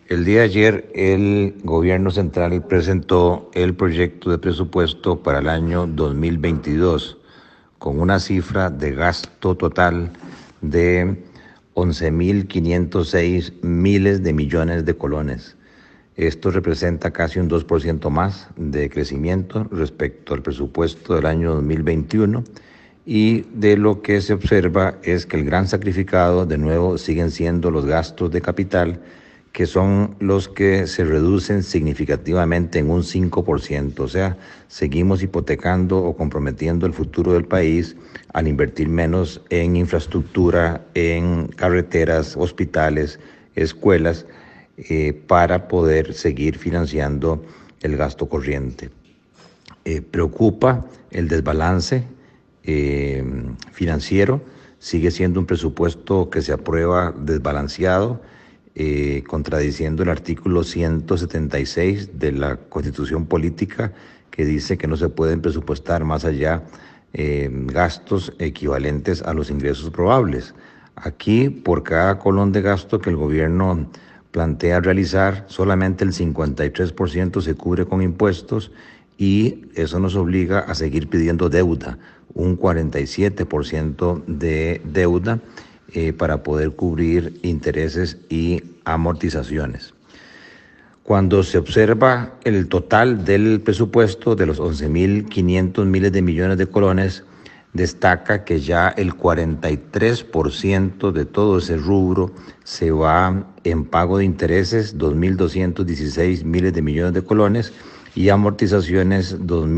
El día de ayer el gobierno central presentó el proyecto de presupuesto para el año 2022 con una cifra de gasto total de 11.506 miles de millones de colones. Esto representa casi un 2% más de crecimiento respecto al presupuesto del año 2021 y de lo que se observa es que el gran sacrificado de nuevo siguen siendo los gastos de capital, que son los que se reducen significativamente en un 5%. O sea, seguimos hipotecando o comprometiendo el futuro del país al invertir menos en infraestructura, en carreteras, hospitales, escuelas, para poder seguir financiando el gasto corriente. Preocupa el desbalance financiero, sigue siendo un presupuesto que se aprueba desbalanceado, contradiciendo el artículo 176 de la Constitución Política, que dice que no se pueden presupuestar más allá gastos equivalentes a los ingresos probables. Aquí, por cada colón de gasto que el gobierno plantea realizar, solamente el 53% se cubre con impuestos y eso nos obliga a seguir pidiendo deuda, un 47% de deuda para poder cubrir intereses y amortizaciones. Cuando se observa el total del presupuesto de los 11.500 miles de millones de colones, destaca que ya el 43% de todo ese rubro se va en pago de intereses, 2.216 miles de millones de colones, y amortizaciones,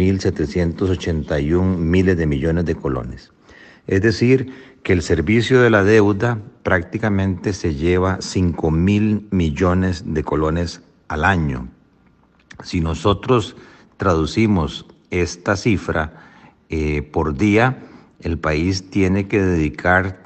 2.781 miles de millones de colones. Es decir, que el servicio de la deuda prácticamente se lleva 5.000 millones de colones al año. Si nosotros traducimos esta cifra por día, el país tiene que dedicar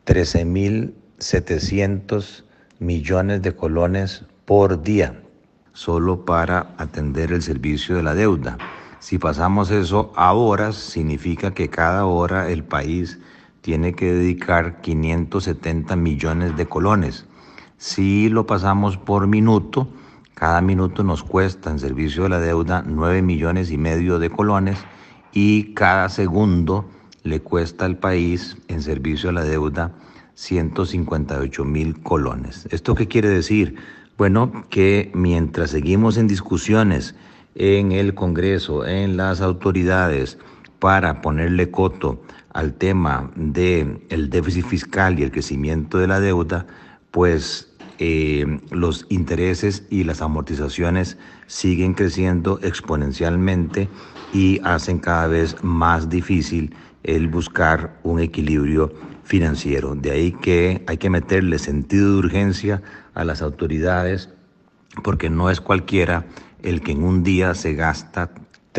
13.700 millones de colones por día solo para atender el servicio de la deuda. Si pasamos eso a horas, significa que cada hora el país tiene que dedicar 570 millones de colones. Si lo pasamos por minuto, cada minuto nos cuesta en servicio de la deuda 9 millones y medio de colones y cada segundo le cuesta al país en servicio de la deuda 158.000 colones. ¿Esto qué quiere decir? Bueno, que mientras seguimos en discusiones en el Congreso, en las autoridades, para ponerle coto al tema del déficit fiscal y el crecimiento de la deuda, pues los intereses y las amortizaciones siguen creciendo exponencialmente y hacen cada vez más difícil el buscar un equilibrio financiero. De ahí que hay que meterle sentido de urgencia a las autoridades, porque no es cualquiera el que en un día se gasta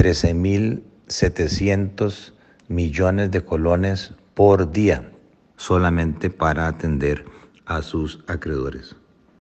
13.700 millones de colones por día solamente para atender a sus acreedores.